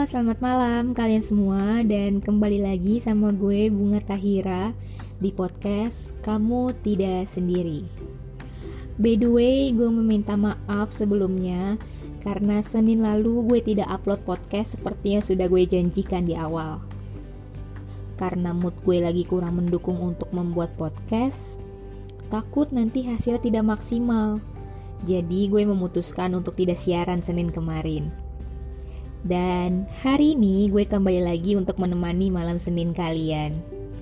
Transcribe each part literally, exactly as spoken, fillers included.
selamat malam kalian semua dan kembali lagi sama gue Bunga Tahira di podcast Kamu Tidak Sendiri. By the way, gue meminta maaf sebelumnya karena Senin lalu gue tidak upload podcast seperti yang sudah gue janjikan di awal. Karena mood gue lagi kurang mendukung untuk membuat podcast, takut nanti hasilnya tidak maksimal. Jadi gue memutuskan untuk tidak siaran Senin kemarin. Dan hari ini gue kembali lagi untuk menemani malam Senin kalian.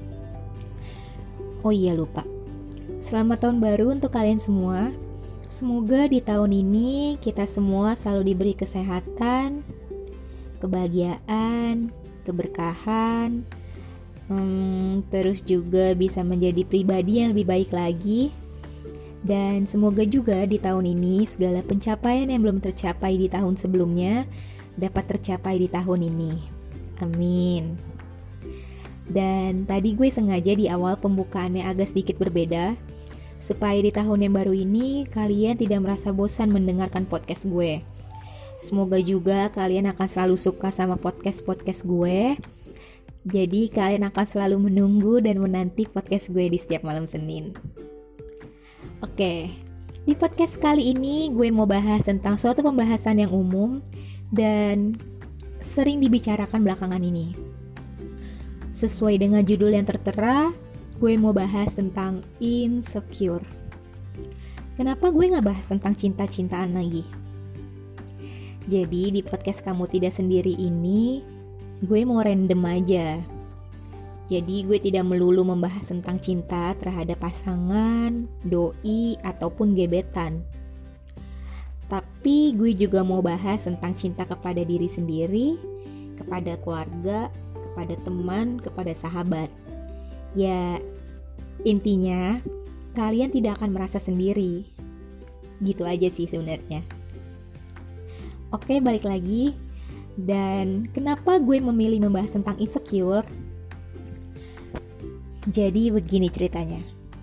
Oh iya lupa, selamat tahun baru untuk kalian semua. Semoga di tahun ini kita semua selalu diberi kesehatan, kebahagiaan, keberkahan, hmm, terus juga bisa menjadi pribadi yang lebih baik lagi. Dan semoga juga di tahun ini segala pencapaian yang belum tercapai di tahun sebelumnya dapat tercapai di tahun ini. Amin. Dan tadi gue sengaja di awal pembukaannya agak sedikit berbeda, supaya di tahun yang baru ini kalian tidak merasa bosan mendengarkan podcast gue. Semoga juga kalian akan selalu suka sama podcast-podcast gue. Jadi kalian akan selalu menunggu dan menanti podcast gue di setiap malam Senin. Oke, di podcast kali ini gue mau bahas tentang suatu pembahasan yang umum dan sering dibicarakan belakangan ini. Sesuai dengan judul yang tertera, gue mau bahas tentang insecure. Kenapa gue gak bahas tentang cinta-cintaan lagi? Jadi di podcast Kamu Tidak Sendiri ini, gue mau random aja. Jadi gue tidak melulu membahas tentang cinta terhadap pasangan, doi, ataupun gebetan. Tapi gue juga mau bahas tentang cinta kepada diri sendiri, kepada keluarga, kepada teman, kepada sahabat. Ya, intinya kalian tidak akan merasa sendiri. Gitu aja sih sebenarnya. Oke, balik lagi. Dan kenapa gue memilih membahas tentang insecure? Jadi begini ceritanya.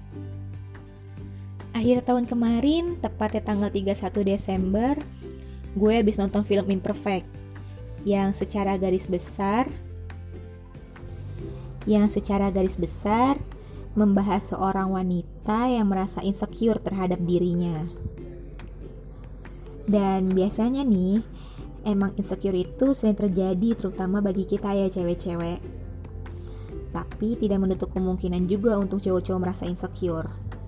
Akhir tahun kemarin, tepatnya tanggal tiga puluh satu Desember, gue habis nonton film Imperfect yang secara garis besar yang secara garis besar membahas seorang wanita yang merasa insecure terhadap dirinya. Dan biasanya nih, emang insecure itu sering terjadi terutama bagi kita ya cewek-cewek. Tapi tidak menutup kemungkinan juga untuk cowok-cowok merasa insecure.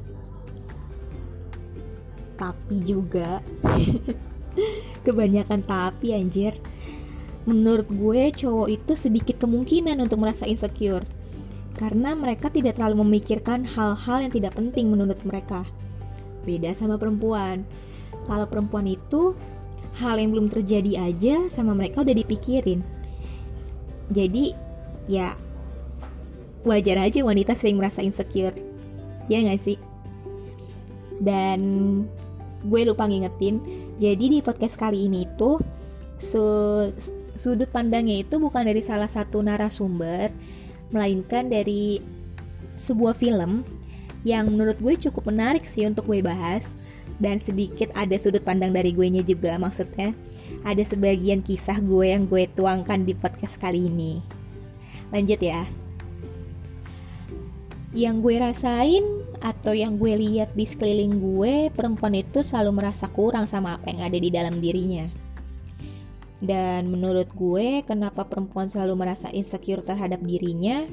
Tapi juga kebanyakan tapi anjir. Menurut gue cowok itu sedikit kemungkinan untuk merasa insecure karena mereka tidak terlalu memikirkan hal-hal yang tidak penting menurut mereka. Beda sama perempuan. Kalau perempuan itu hal yang belum terjadi aja sama mereka udah dipikirin. Jadi ya wajar aja wanita sering merasa insecure. Ya gak sih? Dan gue lupa ngingetin, jadi di podcast kali ini tuh su- sudut pandangnya itu bukan dari salah satu narasumber, melainkan dari sebuah film yang menurut gue cukup menarik sih untuk gue bahas. Dan sedikit ada sudut pandang dari gue nya juga, maksudnya ada sebagian kisah gue yang gue tuangkan di podcast kali ini. Lanjut ya. Yang gue rasain atau yang gue lihat di sekeliling gue, perempuan itu selalu merasa kurang sama apa yang ada di dalam dirinya. Dan menurut gue, kenapa perempuan selalu merasa insecure terhadap dirinya?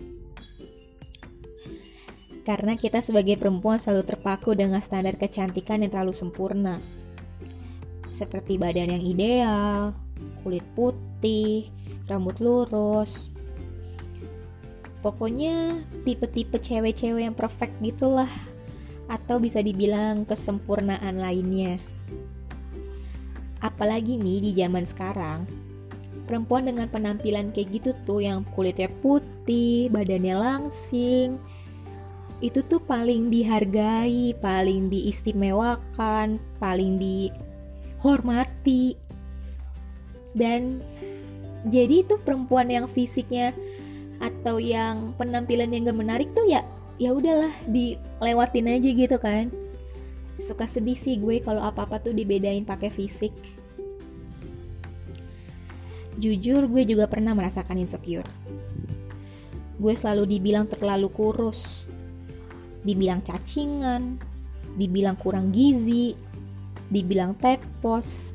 Karena kita sebagai perempuan selalu terpaku dengan standar kecantikan yang terlalu sempurna. Seperti badan yang ideal, kulit putih, rambut lurus. Pokoknya tipe-tipe cewek-cewek yang perfect gitulah. Atau bisa dibilang kesempurnaan lainnya. Apalagi nih di zaman sekarang, perempuan dengan penampilan kayak gitu tuh, yang kulitnya putih, badannya langsing, itu tuh paling dihargai, paling diistimewakan, paling dihormati. Dan jadi itu perempuan yang fisiknya atau yang penampilan yang gak menarik tuh ya ya udahlah dilewatin aja gitu kan. Suka sedih sih gue kalau apa-apa tuh dibedain pakai fisik. Jujur, gue juga pernah merasakan insecure. Gue selalu dibilang terlalu kurus, dibilang cacingan, dibilang kurang gizi, dibilang tepos.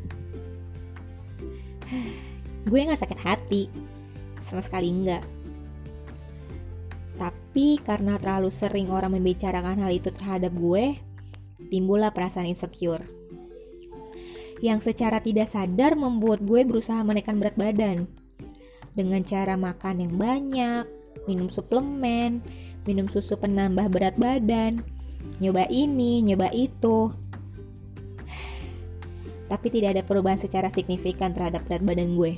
Gue gak sakit hati, sama sekali enggak. Tapi karena terlalu sering orang membicarakan hal itu terhadap gue, timbullah perasaan insecure yang secara tidak sadar membuat gue berusaha menekan berat badan dengan cara makan yang banyak, minum suplemen, minum susu penambah berat badan, nyoba ini, nyoba itu. Tapi tidak ada perubahan secara signifikan terhadap berat badan gue.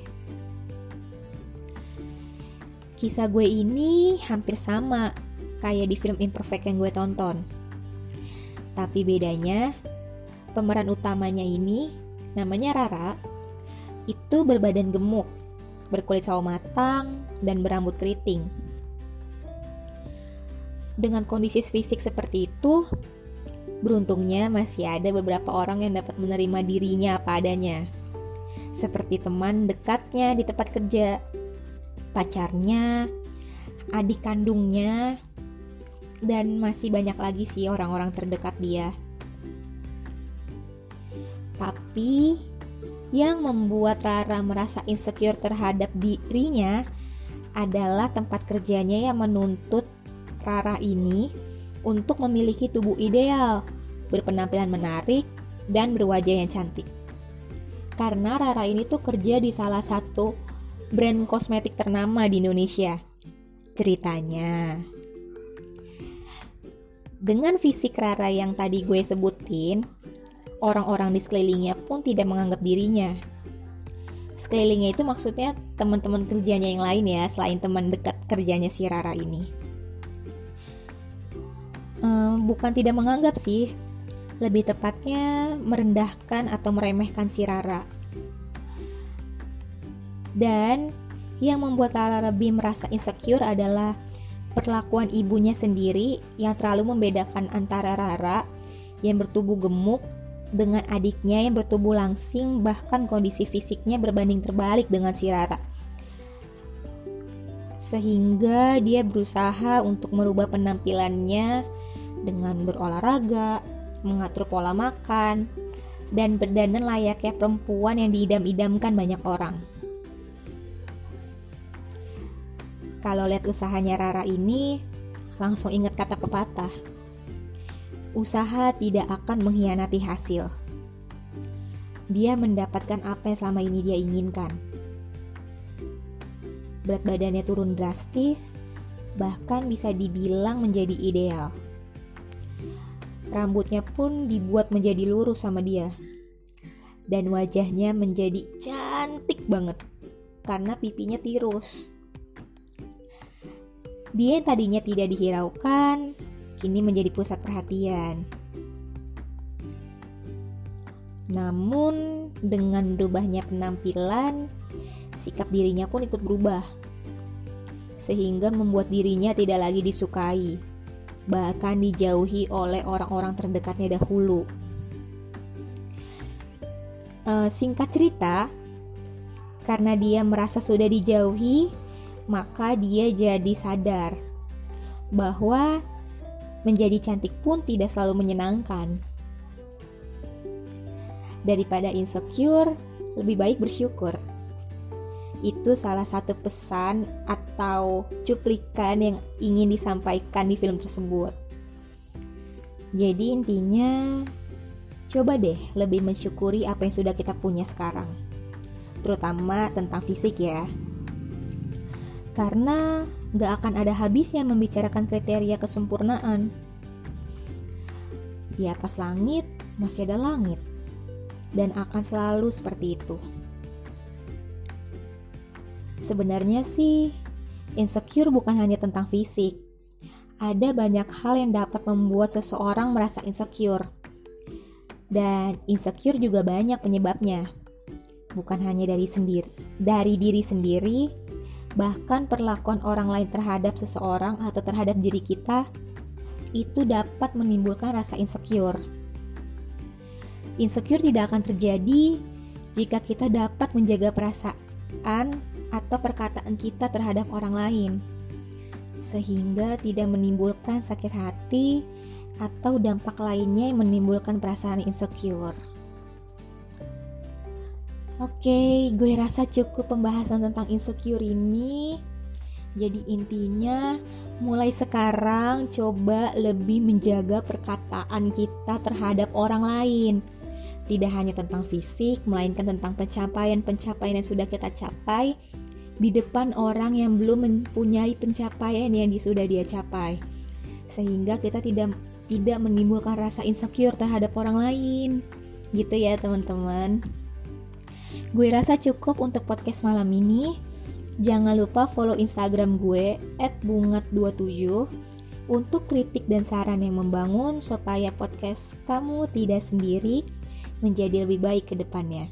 Kisah gue ini hampir sama kayak di film Imperfect yang gue tonton. Tapi bedanya, pemeran utamanya ini namanya Rara, itu berbadan gemuk, berkulit sawo matang, dan berambut keriting. Dengan kondisi fisik seperti itu, beruntungnya masih ada beberapa orang yang dapat menerima dirinya apa adanya. Seperti teman dekatnya di tempat kerja, pacarnya, adik kandungnya, dan masih banyak lagi sih orang-orang terdekat dia. Tapi yang membuat Rara merasa insecure terhadap dirinya adalah tempat kerjanya yang menuntut Rara ini untuk memiliki tubuh ideal, berpenampilan menarik, dan berwajah yang cantik. Karena Rara ini tuh kerja di salah satu brand kosmetik ternama di Indonesia. Ceritanya, dengan fisik Rara yang tadi gue sebutin, orang-orang di sekelilingnya pun tidak menganggap dirinya. Sekelilingnya itu maksudnya teman-teman kerjanya yang lain ya, selain teman dekat kerjanya si Rara ini. Ehm, bukan tidak menganggap sih, lebih tepatnya merendahkan atau meremehkan si Rara. Dan yang membuat Rara lebih merasa insecure adalah perlakuan ibunya sendiri yang terlalu membedakan antara Rara yang bertubuh gemuk dengan adiknya yang bertubuh langsing, bahkan kondisi fisiknya berbanding terbalik dengan si Rara. Sehingga dia berusaha untuk merubah penampilannya dengan berolahraga, mengatur pola makan, dan berdandan layaknya perempuan yang diidam-idamkan banyak orang. Kalau lihat usahanya Rara ini, langsung ingat kata pepatah, usaha tidak akan mengkhianati hasil. Dia mendapatkan apa yang selama ini dia inginkan. Berat badannya turun drastis, bahkan bisa dibilang menjadi ideal. Rambutnya pun dibuat menjadi lurus sama dia. Dan wajahnya menjadi cantik banget, karena pipinya tirus. Dia yang tadinya tidak dihiraukan, kini menjadi pusat perhatian. Namun dengan berubahnya penampilan, sikap dirinya pun ikut berubah, sehingga membuat dirinya tidak lagi disukai, bahkan dijauhi oleh orang-orang terdekatnya dahulu. E, singkat cerita, karena dia merasa sudah dijauhi, maka dia jadi sadar bahwa menjadi cantik pun tidak selalu menyenangkan. Daripada insecure, lebih baik bersyukur. Itu salah satu pesan atau cuplikan yang ingin disampaikan di film tersebut. Jadi intinya, coba deh lebih mensyukuri apa yang sudah kita punya sekarang, terutama tentang fisik ya. Karena gak akan ada habisnya membicarakan kriteria kesempurnaan. Di atas langit masih ada langit, dan akan selalu seperti itu. Sebenarnya sih, insecure bukan hanya tentang fisik. Ada banyak hal yang dapat membuat seseorang merasa insecure. Dan insecure juga banyak penyebabnya. Bukan hanya dari sendiri, dari diri sendiri, bahkan perlakuan orang lain terhadap seseorang atau terhadap diri kita itu dapat menimbulkan rasa insecure. Insecure tidak akan terjadi jika kita dapat menjaga perasa, perasaan atau perkataan kita terhadap orang lain, sehingga tidak menimbulkan sakit hati atau dampak lainnya yang menimbulkan perasaan insecure. Oke, gue rasa cukup pembahasan tentang insecure ini. Jadi intinya, mulai sekarang coba lebih menjaga perkataan kita terhadap orang lain. Tidak hanya tentang fisik, melainkan tentang pencapaian-pencapaian yang sudah kita capai di depan orang yang belum mempunyai pencapaian yang sudah dia capai. Sehingga kita tidak tidak menimbulkan rasa insecure terhadap orang lain. Gitu ya teman-teman. Gue rasa cukup untuk podcast malam ini. Jangan lupa follow Instagram gue et bungat dua tujuh untuk kritik dan saran yang membangun supaya podcast kamu tidak sendiri menjadi lebih baik ke depannya.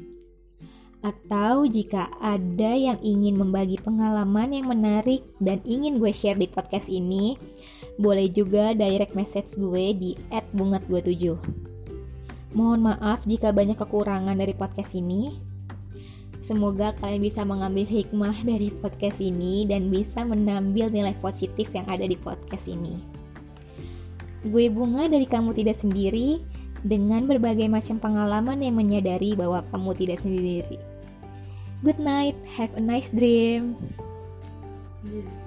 Atau jika ada yang ingin membagi pengalaman yang menarik dan ingin gue share di podcast ini, boleh juga direct message gue di et bungat dua tujuh. Mohon maaf jika banyak kekurangan dari podcast ini. Semoga kalian bisa mengambil hikmah dari podcast ini dan bisa menambil nilai positif yang ada di podcast ini. Gue Bunga dari Kamu Tidak Sendiri, dengan berbagai macam pengalaman yang menyadari bahwa kamu tidak sendiri. Good night, have a nice dream. Yeah.